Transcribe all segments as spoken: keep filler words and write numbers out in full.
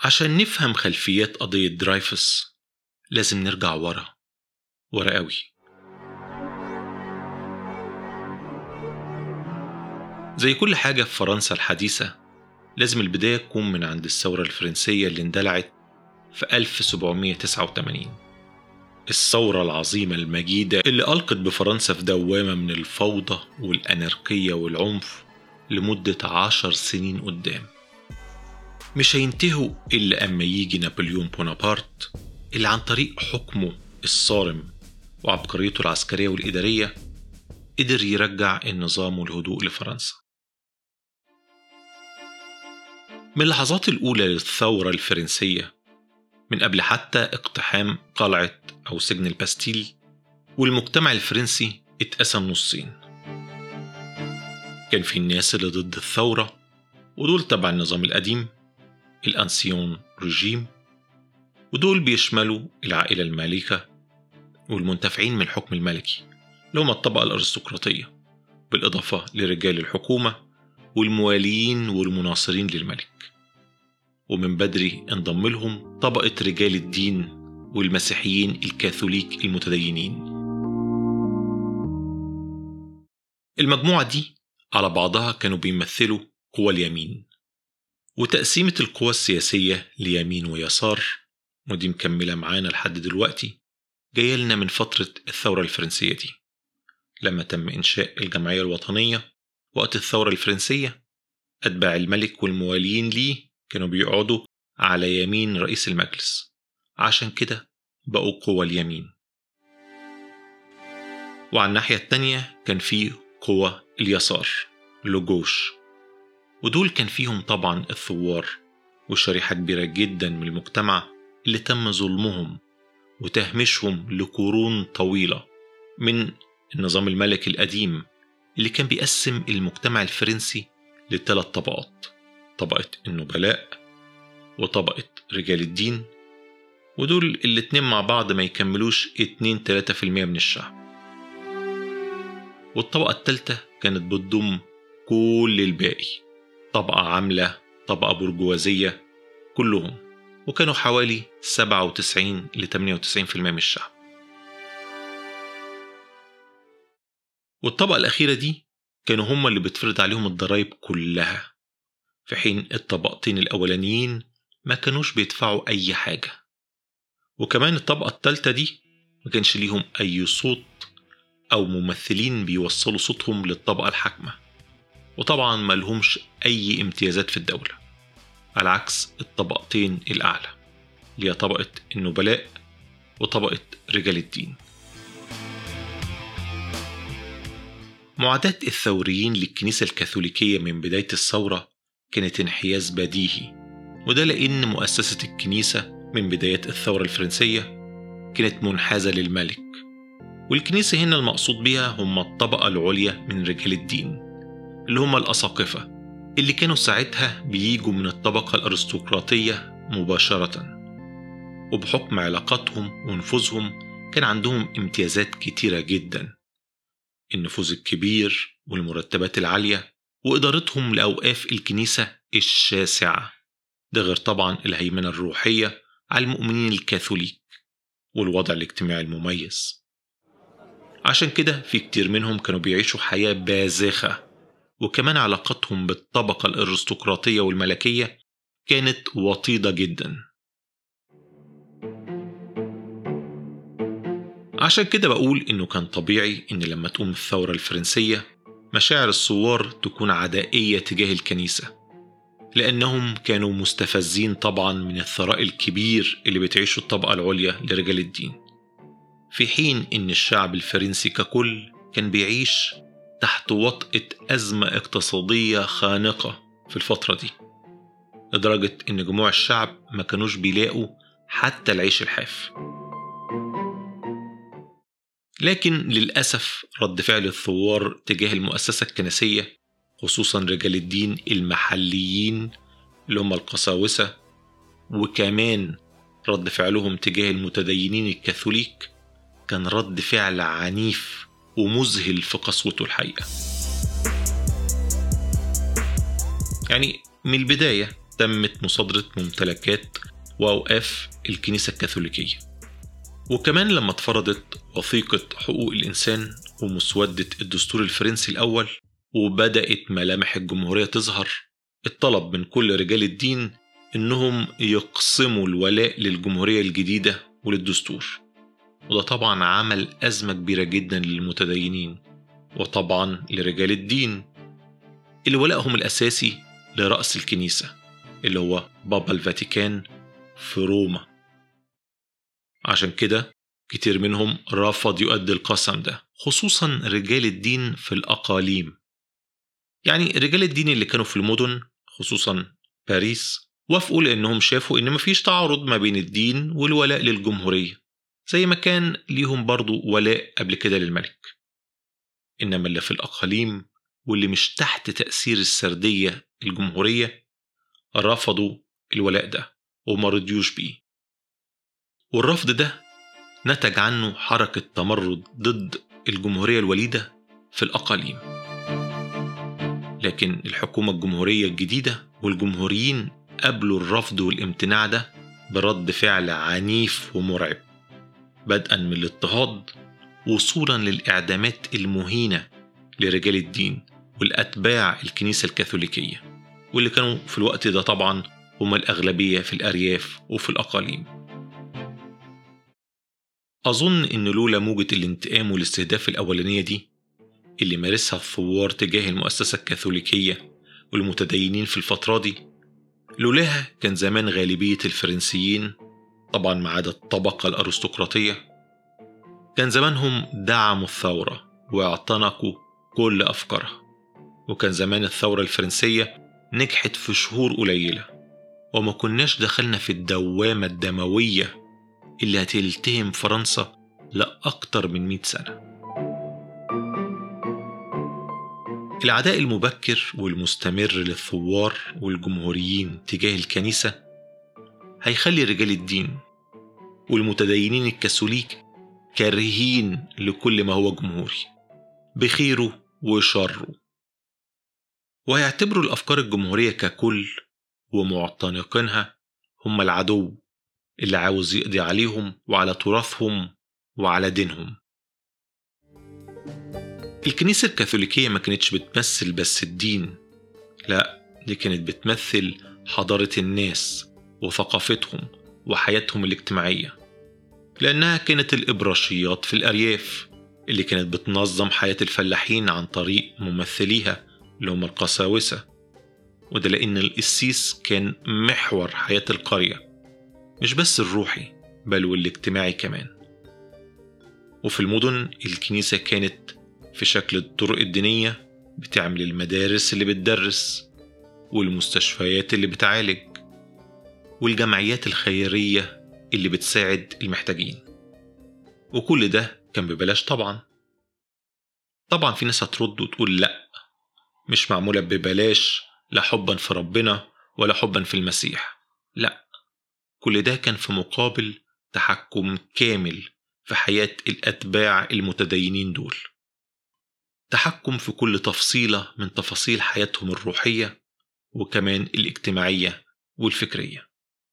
عشان نفهم خلفيات قضية درايفوس لازم نرجع ورا ورا قوي. زي كل حاجة في فرنسا الحديثة لازم البداية تكون من عند الثورة الفرنسية اللي اندلعت في ألف وسبعمية وتسعة وثمانين، الثورة العظيمة المجيدة اللي ألقت بفرنسا في دوامة من الفوضى والأناركية والعنف لمدة عشر سنين قدام. مش هينتهوا إلا أما يجي نابليون بونابرت اللي عن طريق حكمه الصارم وعبقريته العسكرية والإدارية قدر يرجع النظام والهدوء لفرنسا. من اللحظات الأولى للثورة الفرنسية، من قبل حتى اقتحام قلعة أو سجن الباستيل، والمجتمع الفرنسي اتقسم نصين. كان في الناس اللي ضد الثورة ودول تبع النظام القديم الأنسيون رجيم، ودول بيشملوا العائلة المالكة والمنتفعين من الحكم الملكي اللي هم الطبقة الأرستقراطية، بالإضافة لرجال الحكومة والمواليين والمناصرين للملك. ومن بدري انضم لهم طبقة رجال الدين والمسيحيين الكاثوليك المتدينين. المجموعة دي على بعضها كانوا بيمثلوا قوى اليمين، وتقسيمة القوى السياسية ليمين ويسار ودي مكملة معانا لحد دلوقتي، جاية لنا من فترة الثورة الفرنسية دي لما تم إنشاء الجمعية الوطنية. وقت الثورة الفرنسية أتباع الملك والمواليين ليه كانوا بيقعدوا على يمين رئيس المجلس، عشان كده بقوا قوى اليمين. وعلى الناحية التانية كان فيه قوى اليسار لوجوش، ودول كان فيهم طبعا الثوار وشريحة كبيرة جدا من المجتمع اللي تم ظلمهم وتهميشهم لقرون طويلة من النظام الملكي القديم اللي كان بيقسم المجتمع الفرنسي لثلاث طبقات: طبقة النبلاء وطبقة رجال الدين، ودول الاتنين مع بعض ما يكملوش اتنين تلاتة في المية من الشعب. والطبقة الثالثة كانت بتضم كل الباقي، طبقة عاملة، طبقة برجوازية، كلهم، وكانوا حوالي سبعة وتسعين لثمانية وتسعين في المية من الشعب. والطبقة الأخيرة دي كانوا هم اللي بتفرض عليهم الضرائب كلها، في حين الطبقتين الأولانيين ما كانوش بيدفعوا أي حاجة. وكمان الطبقة الثالثة دي ما كانش ليهم أي صوت أو ممثلين بيوصلوا صوتهم للطبقة الحاكمة، وطبعا ما لهمش أي امتيازات في الدولة، على عكس الطبقتين الأعلى اللي هي طبقة النبلاء وطبقة رجال الدين. معاداة الثوريين للكنيسة الكاثوليكية من بداية الثورة كانت انحياز بديهي، وده لأن مؤسسة الكنيسة من بداية الثورة الفرنسية كانت منحازة للملك، والكنيسة هنا المقصود بها هم الطبقة العليا من رجال الدين اللي هم الأساقفة اللي كانوا ساعتها بييجوا من الطبقة الأرستقراطية مباشرة، وبحكم علاقاتهم ونفوذهم كان عندهم امتيازات كتيرة جدا: النفوذ الكبير والمرتبات العالية وإدارتهم لأوقاف الكنيسة الشاسعة، ده غير طبعا الهيمنة الروحية على المؤمنين الكاثوليك والوضع الاجتماعي المميز. عشان كده في كتير منهم كانوا بيعيشوا حياة باذخة، وكمان علاقتهم بالطبقة الأرستقراطية والملكية كانت وطيدة جدا. عشان كده بقول إنه كان طبيعي إن لما تقوم الثورة الفرنسية مشاعر الثوار تكون عدائية تجاه الكنيسة، لأنهم كانوا مستفزين طبعا من الثراء الكبير اللي بتعيشه الطبقة العليا لرجال الدين، في حين إن الشعب الفرنسي ككل كان بيعيش تحت وطأة أزمة اقتصادية خانقة في الفترة دي، لدرجة إن جموع الشعب ما كانوش بيلاقوا حتى العيش الحاف. لكن للأسف رد فعل الثوار تجاه المؤسسة الكنسية، خصوصا رجال الدين المحليين اللي هم القساوسة، وكمان رد فعلهم تجاه المتدينين الكاثوليك، كان رد فعل عنيف ومذهل في قسوته الحقيقة. يعني من البداية تمت مصادرة ممتلكات وأوقاف الكنيسة الكاثوليكية. وكمان لما اتفرضت وثيقة حقوق الإنسان ومسودة الدستور الفرنسي الأول وبدأت ملامح الجمهورية تظهر، الطلب من كل رجال الدين إنهم يقسموا الولاء للجمهورية الجديدة وللدستور. وده طبعا عمل أزمة كبيرة جدا للمتدينين وطبعا لرجال الدين اللي ولائهم الأساسي لرأس الكنيسة اللي هو بابا الفاتيكان في روما. عشان كده كتير منهم رفض يؤدي القسم ده، خصوصا رجال الدين في الأقاليم. يعني رجال الدين اللي كانوا في المدن خصوصا باريس وافقوا لأنهم شافوا إن مفيش تعارض ما بين الدين والولاء للجمهورية، زي ما كان ليهم برضو ولاء قبل كده للملك. إنما اللي في الأقاليم واللي مش تحت تأثير السردية الجمهورية رفضوا الولاء ده وما رضيوش بيه. والرفض ده نتج عنه حركة تمرد ضد الجمهورية الوليدة في الأقاليم. لكن الحكومة الجمهورية الجديدة والجمهوريين قبلوا الرفض والامتناع ده برد فعل عنيف ومرعب، بدءا من الاضطهاد وصولا للإعدامات المهينة لرجال الدين والأتباع الكنيسة الكاثوليكية، واللي كانوا في الوقت ده طبعا هم الأغلبية في الأرياف وفي الأقاليم. أظن إن لولا موجة الانتقام والاستهداف الأولانية دي اللي مارسها الثوار تجاه المؤسسة الكاثوليكية والمتدينين في الفترة دي، لولاها كان زمان غالبية الفرنسيين طبعا ما عدا الطبقة الأرستقراطية كان زمانهم دعموا الثورة واعتنقوا كل أفكارها، وكان زمان الثورة الفرنسية نجحت في شهور قليلة وما كناش دخلنا في الدوامة الدموية اللي هتلتهم فرنسا لأكتر من مئة سنة. العداء المبكر والمستمر للثوار والجمهوريين تجاه الكنيسة هيخلي رجال الدين والمتدينين الكاثوليك كارهين لكل ما هو جمهوري بخيره وشره، وهيعتبروا الأفكار الجمهورية ككل ومعتنقينها هم العدو اللي عاوز يقضي عليهم وعلى تراثهم وعلى دينهم. الكنيسة الكاثوليكية ما كانتش بتمثل بس الدين، لا، دي كانت بتمثل حضارة الناس وثقافتهم وحياتهم الاجتماعية، لأنها كانت الإبراشيات في الأرياف اللي كانت بتنظم حياة الفلاحين عن طريق ممثليها اللي هم القساوسة. وده لأن القسيس كان محور حياة القرية، مش بس الروحي بل والاجتماعي كمان. وفي المدن الكنيسة كانت في شكل الطرق الدينية بتعمل المدارس اللي بتدرس والمستشفيات اللي بتعالج والجمعيات الخيرية اللي بتساعد المحتاجين، وكل ده كان ببلاش طبعا. طبعا في ناس هترد وتقول لأ، مش معمولة ببلاش، لا حبا في ربنا ولا حبا في المسيح، لأ، كل ده كان في مقابل تحكم كامل في حياة الأتباع المتدينين دول، تحكم في كل تفصيلة من تفاصيل حياتهم الروحية وكمان الاجتماعية والفكرية.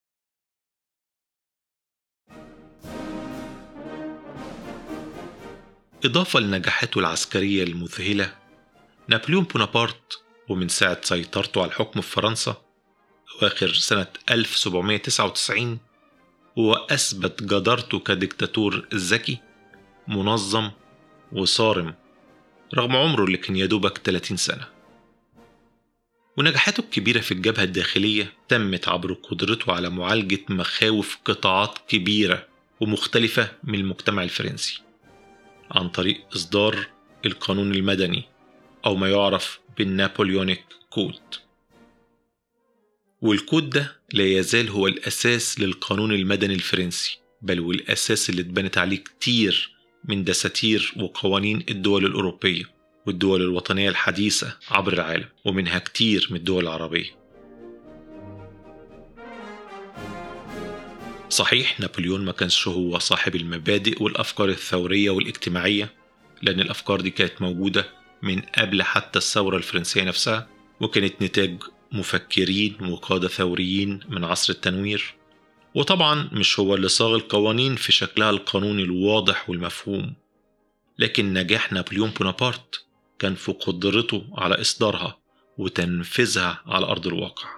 إضافة لنجاحاته العسكرية المذهلة، نابليون بونابرت ومن ساعة سيطرته على الحكم في فرنسا أواخر سنة ألف وسبعمائة وتسعة وتسعين هو أثبت جدارته كديكتاتور ذكي منظم وصارم رغم عمره اللي كان يدوبك ثلاثين سنة. ونجاحاته الكبيرة في الجبهة الداخلية تمت عبر قدرته على معالجة مخاوف قطاعات كبيرة ومختلفة من المجتمع الفرنسي عن طريق إصدار القانون المدني أو ما يعرف بالنابليونيك كود. والكود ده لا يزال هو الأساس للقانون المدني الفرنسي، بل والأساس اللي اتبنت عليه كتير من دساتير وقوانين الدول الأوروبية والدول الوطنية الحديثة عبر العالم، ومنها كتير من الدول العربية. صحيح نابليون ما كانش هو صاحب المبادئ والأفكار الثورية والاجتماعية، لأن الأفكار دي كانت موجودة من قبل حتى الثورة الفرنسية نفسها، وكانت نتاج مفكرين وقادة ثوريين من عصر التنوير، وطبعا مش هو اللي صاغ القوانين في شكلها القانوني الواضح والمفهوم، لكن نجاح نابليون بونابرت كان في قدرته على إصدارها وتنفيذها على أرض الواقع.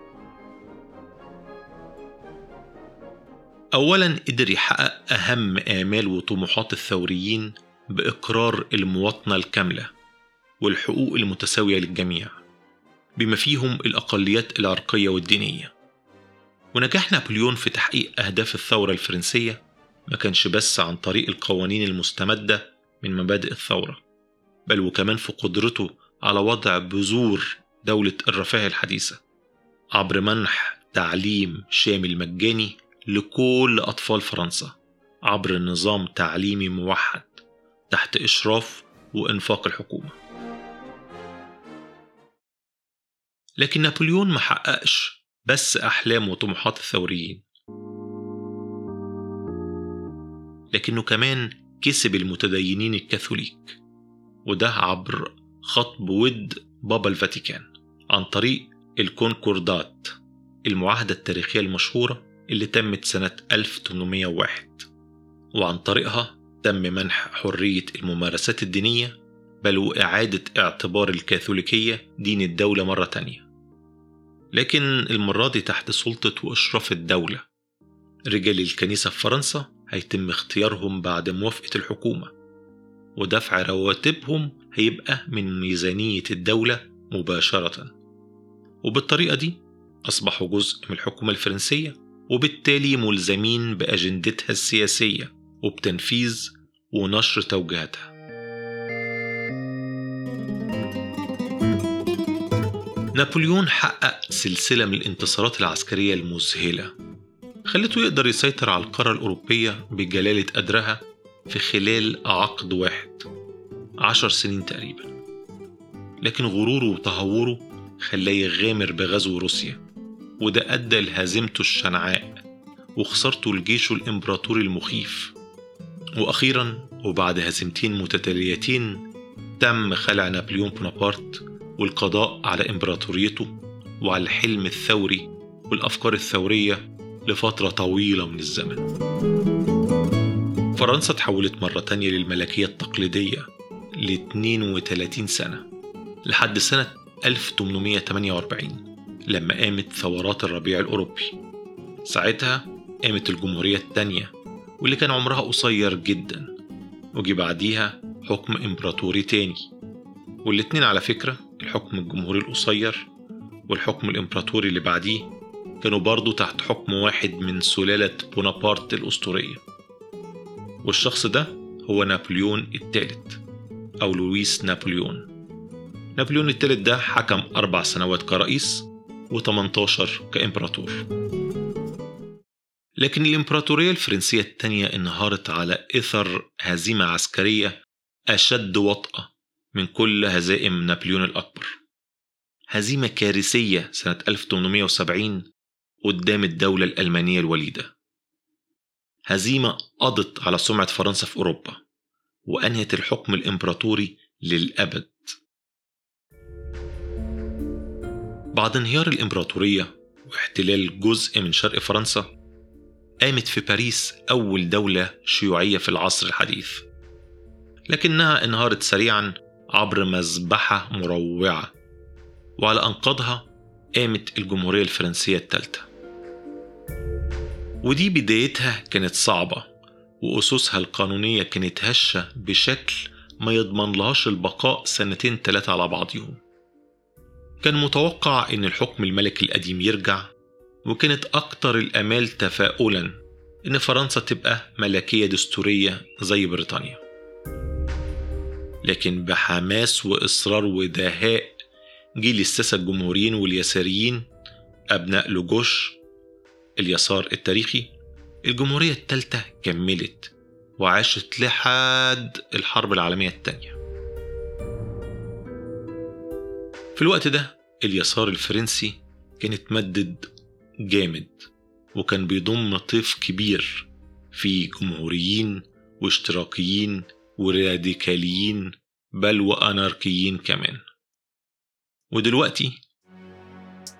أولا قدر يحقق أهم آمال وطموحات الثوريين بإقرار المواطنة الكاملة والحقوق المتساوية للجميع، بما فيهم الأقليات العرقية والدينية. ونجاح نابليون في تحقيق أهداف الثورة الفرنسية ما كانش بس عن طريق القوانين المستمدة من مبادئ الثورة، بل وكمان في قدرته على وضع بذور دولة الرفاه الحديثة عبر منح تعليم شامل مجاني لكل أطفال فرنسا عبر نظام تعليمي موحد تحت إشراف وإنفاق الحكومة. لكن نابليون ما حققش بس أحلام وطموحات الثوريين، لكنه كمان كسب المتدينين الكاثوليك، وده عبر خطب ود بابا الفاتيكان عن طريق الكونكوردات، المعاهدة التاريخية المشهورة اللي تمت سنة ألف وثمانمائة وواحد، وعن طريقها تم منح حرية الممارسات الدينية، بل وإعادة اعتبار الكاثوليكية دين الدولة مرة تانية، لكن المرة دي تحت سلطة وإشراف الدولة. رجال الكنيسة في فرنسا هيتم اختيارهم بعد موافقة الحكومة، ودفع رواتبهم هيبقى من ميزانية الدولة مباشرة، وبالطريقة دي أصبحوا جزء من الحكومة الفرنسية، وبالتالي ملزمين بأجندتها السياسية وبتنفيذ ونشر توجيهاتها. نابليون حقق سلسلة من الانتصارات العسكرية المذهلة خلته يقدر يسيطر على القارة الأوروبية بجلالة قدرها في خلال عقد واحد، عشر سنين تقريبا. لكن غروره وتهوره خلاه يغامر بغزو روسيا، وده أدى لهزيمته الشنعاء وخسارته لجيشه الإمبراطوري المخيف. وأخيرا وبعد هزيمتين متتاليتين تم خلع نابليون بونابرت والقضاء على إمبراطوريته وعلى الحلم الثوري والأفكار الثورية لفترة طويلة من الزمن. فرنسا تحولت مرة تانية للملكية التقليدية ل اثنين وثلاثين سنة لحد سنة ألف وثمانمائة وثمانية وأربعين لما قامت ثورات الربيع الأوروبي. ساعتها قامت الجمهورية التانية واللي كان عمرها قصير جدا، وجي بعديها حكم إمبراطوري تاني، والاتنين على فكرة الحكم الجمهوري القصير والحكم الإمبراطوري اللي بعديه كانوا برضو تحت حكم واحد من سلالة بونابرت الأسطورية، والشخص ده هو نابليون الثالث أو لويس نابليون. نابليون الثالث ده حكم أربع سنوات كرئيس وثمانية-عشر كإمبراطور. لكن الإمبراطورية الفرنسية الثانية انهارت على إثر هزيمة عسكرية أشد وطأة من كل هزائم نابليون الأكبر، هزيمة كارثية سنة ألف وثمانمائة وسبعين قدام الدولة الألمانية الوليدة، هزيمة قضت على سمعة فرنسا في أوروبا وأنهت الحكم الإمبراطوري للأبد. بعد انهيار الإمبراطورية واحتلال جزء من شرق فرنسا، قامت في باريس أول دولة شيوعية في العصر الحديث، لكنها انهارت سريعا عبر مذبحة مروعة، وعلى أنقاضها قامت الجمهورية الفرنسية الثالثة. ودي بدايتها كانت صعبة، وأسسها القانونية كانت هشة بشكل ما يضمن لهاش البقاء سنتين ثلاثة على بعضهم. كان متوقع إن الحكم الملكي القديم يرجع، وكانت أكتر الأمال تفاؤلا إن فرنسا تبقى ملكية دستورية زي بريطانيا. لكن بحماس وإصرار ودهاء جيل الساسة الجمهوريين واليساريين أبناء لوجوش اليسار التاريخي، الجمهورية الثالثة كملت وعاشت لحد الحرب العالمية الثانية. في الوقت ده اليسار الفرنسي كان اتمدد جامد، وكان بيضم طيف كبير في جمهوريين واشتراكيين وراديكاليين بل وأناركيين كمان. ودلوقتي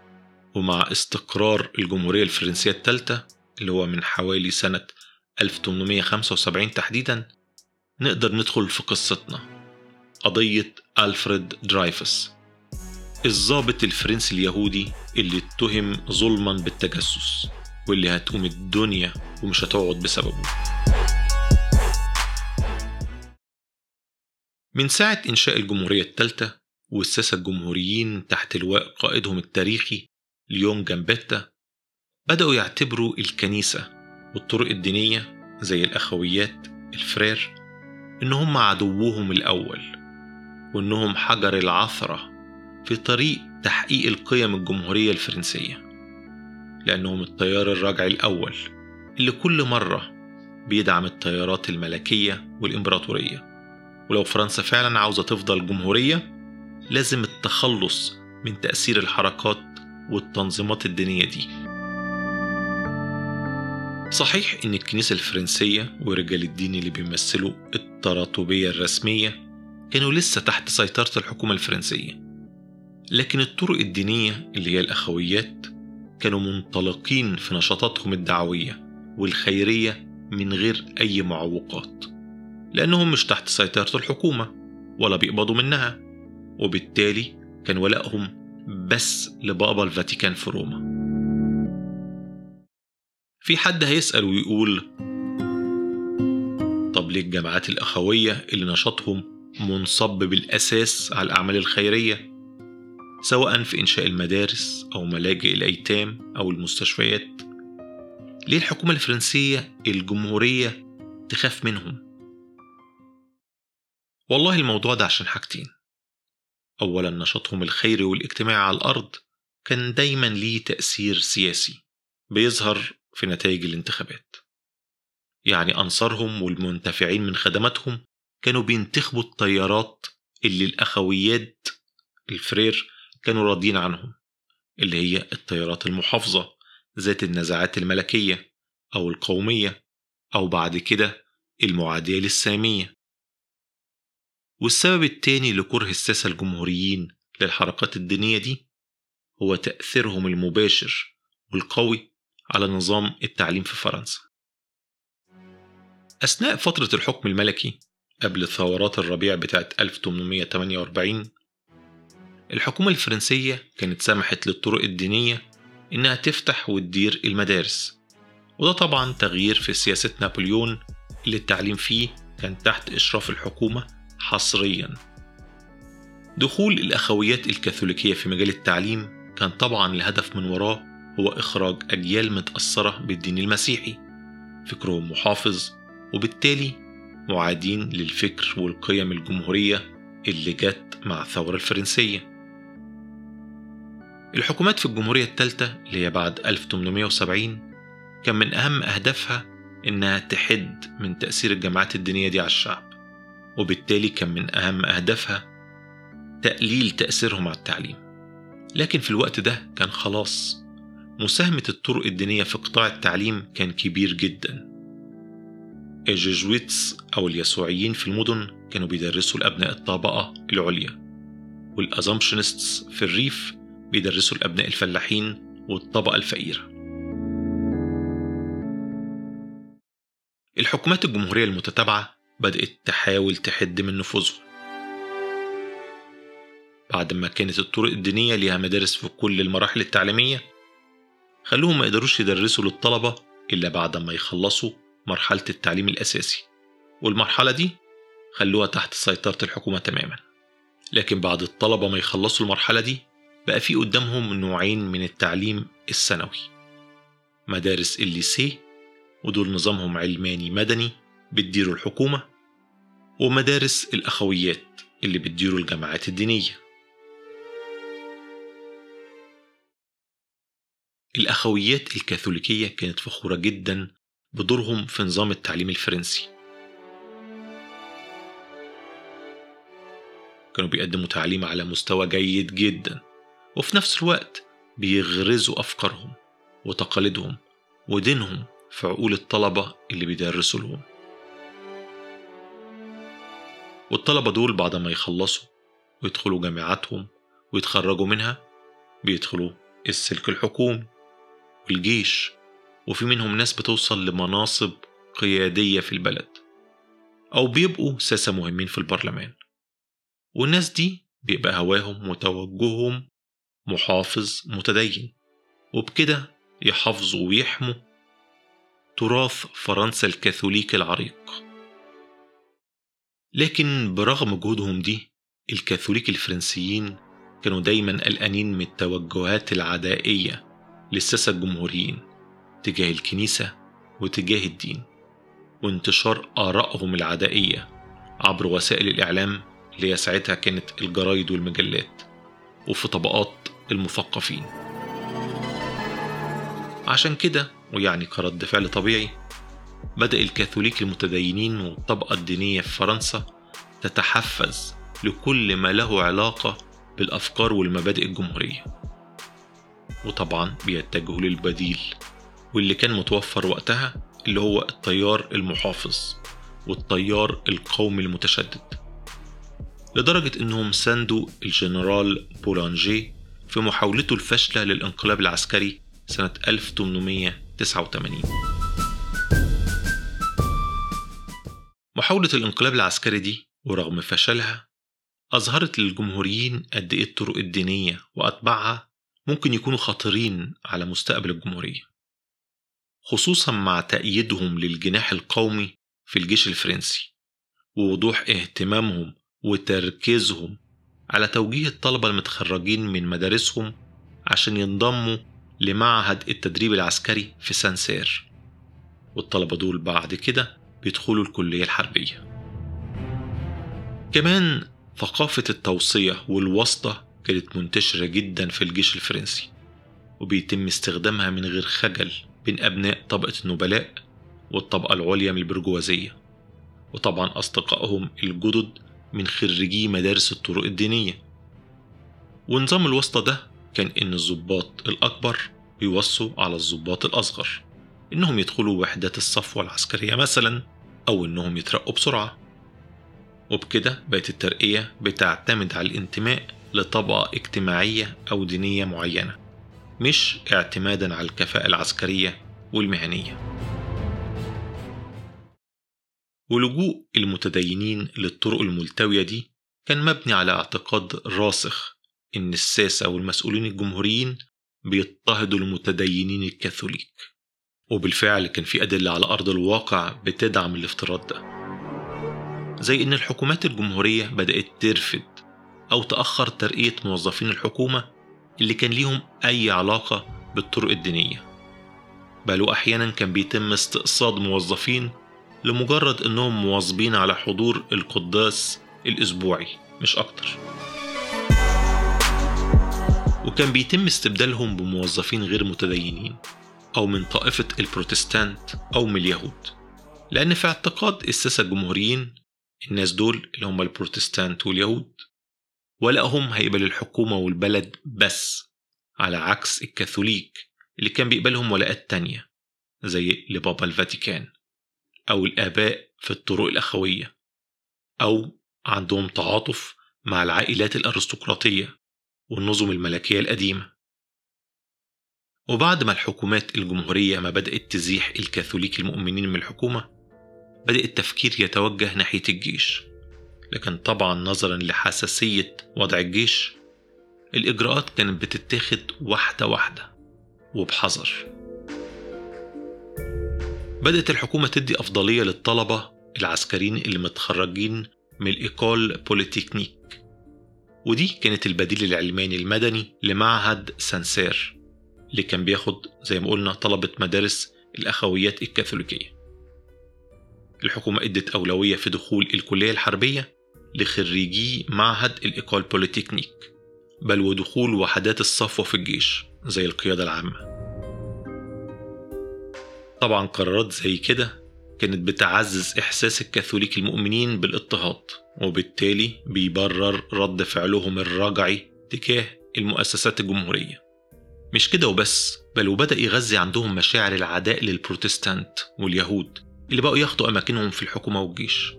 ومع استقرار الجمهورية الفرنسية الثالثة اللي هو من حوالي سنة ألف وثمانمائة وخمسة وسبعين تحديدا، نقدر ندخل في قصتنا، قضية ألفريد درايفوس، الضابط الفرنسي اليهودي اللي اتهم ظلما بالتجسس، واللي هتقوم الدنيا ومش هتقعد بسببه. من ساعة إنشاء الجمهورية الثالثة والساسة الجمهوريين تحت لواء قائدهم التاريخي ليون جامبيتا بدأوا يعتبروا الكنيسة والطرق الدينية زي الأخويات الفرير إنهم عدوهم الأول، وإنهم حجر العثرة في طريق تحقيق القيم الجمهورية الفرنسية، لأنهم التيار الراجع الأول اللي كل مرة بيدعم التيارات الملكية والإمبراطورية. ولو فرنسا فعلا عاوزة تفضل جمهورية لازم التخلص من تأثير الحركات والتنظيمات الدينية دي. صحيح إن الكنيسة الفرنسية ورجال الدين اللي بيمثلوا التراتبية الرسمية كانوا لسه تحت سيطرة الحكومة الفرنسية، لكن الطرق الدينية اللي هي الأخويات كانوا منطلقين في نشاطاتهم الدعوية والخيرية من غير أي معوقات، لأنهم مش تحت سيطرة الحكومة ولا بيقبضوا منها، وبالتالي كان ولائهم بس لبابا الفاتيكان في روما. في حد هيسأل ويقول طب ليه الجماعات الأخوية اللي نشاطهم منصب بالأساس على الأعمال الخيرية، سواء في إنشاء المدارس أو ملاجئ الأيتام أو المستشفيات، ليه الحكومة الفرنسية الجمهورية تخاف منهم؟ والله الموضوع ده عشان حاجتين. أولا، نشاطهم الخيري والاجتماعي على الأرض كان دايما ليه تأثير سياسي بيظهر في نتائج الانتخابات، يعني أنصارهم والمنتفعين من خدماتهم كانوا بينتخبوا التيارات اللي الأخويات الفرير كانوا راضين عنهم، اللي هي التيارات المحافظة ذات النزعات الملكية أو القومية أو بعد كده المعادية للسامية. والسبب التاني لكره الساسة الجمهوريين للحركات الدينية دي هو تأثيرهم المباشر والقوي على نظام التعليم في فرنسا. أثناء فترة الحكم الملكي قبل ثورات الربيع بتاعة ألف وثمانمائة وثمانية وأربعين، الحكومة الفرنسية كانت سمحت للطرق الدينية إنها تفتح وتدير المدارس، وده طبعا تغيير في سياسة نابليون اللي التعليم فيه كان تحت إشراف الحكومة حصريا. دخول الأخويات الكاثوليكية في مجال التعليم كان طبعا الهدف من وراه هو إخراج أجيال متأثرة بالدين المسيحي، فكرهم محافظ وبالتالي معادين للفكر والقيم الجمهورية اللي جت مع الثورة الفرنسية. الحكومات في الجمهورية الثالثة اللي هي بعد ألف وثمانمائة وسبعين كان من أهم أهدافها إنها تحد من تأثير الجماعات الدينية دي على الشعب، وبالتالي كان من أهم أهدافها تقليل تأثيرهم على التعليم. لكن في الوقت ده كان خلاص مساهمة الطرق الدينية في قطاع التعليم كان كبير جدا. الجيزويتس أو اليسوعيين في المدن كانوا بيدرسوا لأبناء الطبقة العليا، والأزامبشنستس في الريف بيدرسوا لأبناء الفلاحين والطبقة الفقيرة. الحكومات الجمهورية المتتابعة بدأت تحاول تحد من نفوذهم. بعد ما كانت الطرق الدينية ليها مدارس في كل المراحل التعليمية، خلوهم ما يقدروش يدرسوا للطلبة إلا بعد ما يخلصوا مرحلة التعليم الأساسي، والمرحلة دي خلوها تحت سيطرة الحكومة تماما. لكن بعد الطلبة ما يخلصوا المرحلة دي بقى في قدامهم نوعين من التعليم الثانوي: مدارس الليسيه، ودول نظامهم علماني مدني بتديروا الحكومة، ومدارس الأخويات اللي بتديروا الجماعات الدينية. الأخويات الكاثوليكية كانت فخورة جدا بدورهم في نظام التعليم الفرنسي، كانوا بيقدموا تعليم على مستوى جيد جدا، وفي نفس الوقت بيغرزوا أفكارهم وتقاليدهم ودينهم في عقول الطلبة اللي بيدرسوا لهم. والطلبة دول بعد ما يخلصوا ويدخلوا جامعاتهم ويتخرجوا منها بيدخلوا السلك الحكومي والجيش، وفي منهم ناس بتوصل لمناصب قيادية في البلد أو بيبقوا ساسة مهمين في البرلمان. والناس دي بيبقى هواهم وتوجههم محافظ متدين، وبكده يحافظوا ويحموا تراث فرنسا الكاثوليك العريق. لكن برغم جهودهم دي، الكاثوليك الفرنسيين كانوا دايما قلقانين من التوجهات العدائية للساسة الجمهوريين تجاه الكنيسة وتجاه الدين، وانتشار آرائهم العدائية عبر وسائل الإعلام اللي هي ساعتها كانت الجرايد والمجلات وفي طبقات المثقفين. عشان كده ويعني كرد فعل طبيعي، بدأ الكاثوليك المتدينين والطبقة الدينية في فرنسا تتحفز لكل ما له علاقة بالأفكار والمبادئ الجمهورية، وطبعا بيتجهوا للبديل واللي كان متوفر وقتها، اللي هو التيار المحافظ والتيار القومي المتشدد، لدرجة أنهم ساندوا الجنرال بولانجي في محاولته الفاشلة للانقلاب العسكري سنة ألف وثمانمائة وتسعة وثمانين. محاولة الانقلاب العسكري دي ورغم فشلها أظهرت للجمهوريين قد إيه الطرق الدينية وأتباعها ممكن يكونوا خطرين على مستقبل الجمهورية، خصوصا مع تأييدهم للجناح القومي في الجيش الفرنسي ووضوح اهتمامهم وتركيزهم على توجيه الطلبة المتخرجين من مدارسهم عشان ينضموا لمعهد التدريب العسكري في سانسير، والطلبة دول بعد كده بيدخلوا الكلية الحربية. كمان ثقافة التوصية والواسطة كانت منتشرة جدا في الجيش الفرنسي، وبيتم استخدامها من غير خجل بين أبناء طبقة النبلاء والطبقة العليا من البرجوازية، وطبعا أصدقائهم الجدد من خريجي مدارس الطرق الدينية. ونظام الواسطة ده كان إن الضباط الأكبر بيوصوا على الضباط الأصغر إنهم يدخلوا وحدات الصفوة العسكرية مثلا، أو إنهم يترقوا بسرعة، وبكده بقت الترقية بتعتمد على الانتماء لطبقة اجتماعية أو دينية معينة، مش اعتمادا على الكفاءة العسكرية والمهنية. ولجوء المتدينين للطرق الملتوية دي كان مبني على اعتقاد راسخ إن الساسة والمسؤولين الجمهوريين بيضطهدوا المتدينين الكاثوليك، وبالفعل كان في أدلة على أرض الواقع بتدعم الافتراض ده، زي إن الحكومات الجمهورية بدأت ترفض أو تأخر ترقية موظفين الحكومة اللي كان ليهم أي علاقة بالطرق الدينية، بل وأحيانا كان بيتم استقصاد موظفين لمجرد أنهم مواظبين على حضور القداس الأسبوعي مش أكتر، وكان بيتم استبدالهم بموظفين غير متدينين أو من طائفة البروتستانت أو من اليهود، لأن في اعتقاد الساسة الجمهوريين الناس دول اللي هم البروتستانت واليهود ولائهم هيقبل الحكومة والبلد بس، على عكس الكاثوليك اللي كان بيقبلهم ولاءات تانية زي لبابا الفاتيكان أو الآباء في الطرق الأخوية، أو عندهم تعاطف مع العائلات الأرستقراطية والنظم الملكية القديمة. وبعد ما الحكومات الجمهورية ما بدأت تزيح الكاثوليك المؤمنين من الحكومة، بدأ التفكير يتوجه ناحية الجيش، لكن طبعا نظرا لحساسية وضع الجيش الإجراءات كانت بتتاخد واحدة واحدة وبحذر. بدأت الحكومة تدي أفضلية للطلبة العسكريين اللي متخرجين من الإيكول بوليتكنيك، ودي كانت البديل العلماني المدني لمعهد سانسير اللي كان بياخد زي ما قلنا طلبة مدارس الأخويات الكاثوليكية. الحكومة ادت أولوية في دخول الكلية الحربية لخريجي معهد الإيكول بوليتكنيك، بل ودخول وحدات الصفوة في الجيش زي القيادة العامة. طبعا قرارات زي كده كانت بتعزز إحساس الكاثوليك المؤمنين بالاضطهاد، وبالتالي بيبرر رد فعلهم الرجعي تجاه المؤسسات الجمهورية. مش كده وبس، بل وبدأ يغذي عندهم مشاعر العداء للبروتستانت واليهود اللي بقوا ياخدوا أماكنهم في الحكومة والجيش.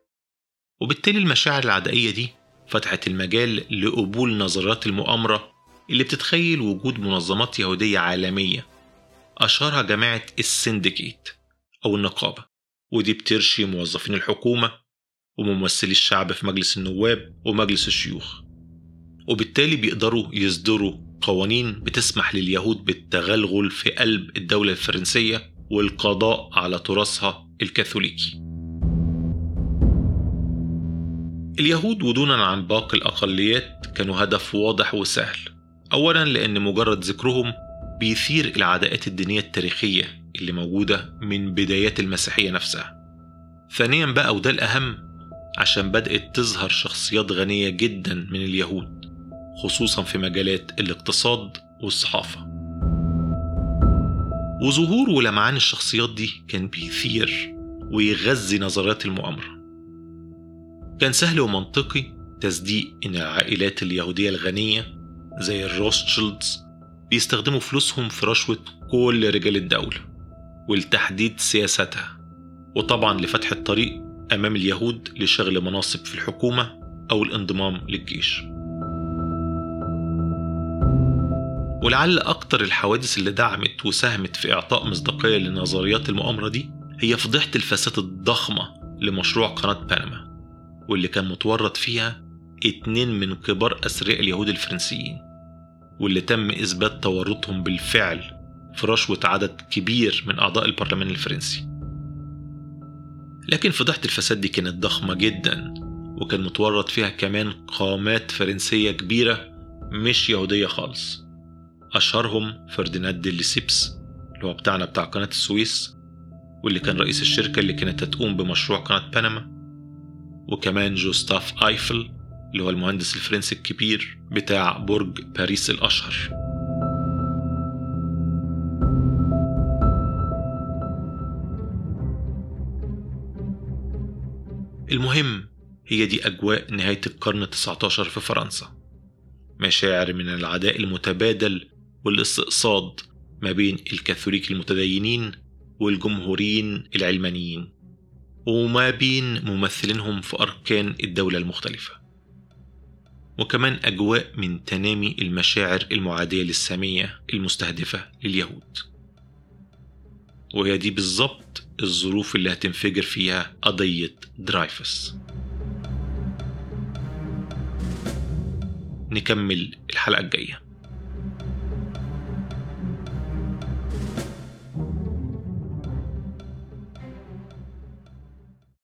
وبالتالي المشاعر العدائية دي فتحت المجال لقبول نظريات المؤامرة اللي بتتخيل وجود منظمات يهودية عالمية أشهرها جماعة السندكيت أو النقابة، ودي بترشي موظفين الحكومة وممثلي الشعب في مجلس النواب ومجلس الشيوخ، وبالتالي بيقدروا يصدروا قوانين بتسمح لليهود بالتغلغل في قلب الدولة الفرنسية والقضاء على تراثها الكاثوليكي. اليهود ودونا عن باقي الأقليات كانوا هدف واضح وسهل، أولا لأن مجرد ذكرهم بيثير العداءات الدينية التاريخية اللي موجودة من بدايات المسيحية نفسها. ثانيا بقى وده الأهم، عشان بدأت تظهر شخصيات غنية جدا من اليهود خصوصا في مجالات الاقتصاد والصحافة، وظهور ولمعان الشخصيات دي كان بيثير ويغذي نظريات المؤامرة. كان سهل ومنطقي تصديق إن العائلات اليهودية الغنية زي الروثشيلدز بيستخدموا فلوسهم في رشوة كل رجال الدولة ولتحديد سياستها، وطبعا لفتح الطريق أمام اليهود لشغل مناصب في الحكومة أو الانضمام للجيش. ولعل أكتر الحوادث اللي دعمت وساهمت في إعطاء مصداقية لنظريات المؤامرة دي هي فضيحة الفساد الضخمة لمشروع قناة بنما، واللي كان متورط فيها اتنين من كبار أثرياء اليهود الفرنسيين، واللي تم إثبات تورطهم بالفعل في رشوة عدد كبير من أعضاء البرلمان الفرنسي. لكن فضيحة الفساد دي كانت ضخمة جدا، وكان متورط فيها كمان قامات فرنسية كبيرة مش يهودية خالص، أشهرهم فرديناند دي ليسيبس اللي هو بتاعنا بتاع قناة السويس، واللي كان رئيس الشركة اللي كانت هتقوم بمشروع قناة بنما، وكمان جوستاف آيفل اللي هو المهندس الفرنسي الكبير بتاع برج باريس الأشهر. المهم هي دي أجواء نهاية القرن التاسع عشر في فرنسا، مشاعر من العداء المتبادل والاستقصاد ما بين الكاثوليك المتدينين والجمهوريين العلمانيين، وما بين ممثلينهم في أركان الدولة المختلفة، وكمان أجواء من تنامي المشاعر المعادية للسامية المستهدفة لليهود. وهي دي بالضبط الظروف اللي هتنفجر فيها قضية درايفوس. نكمل الحلقة الجاية.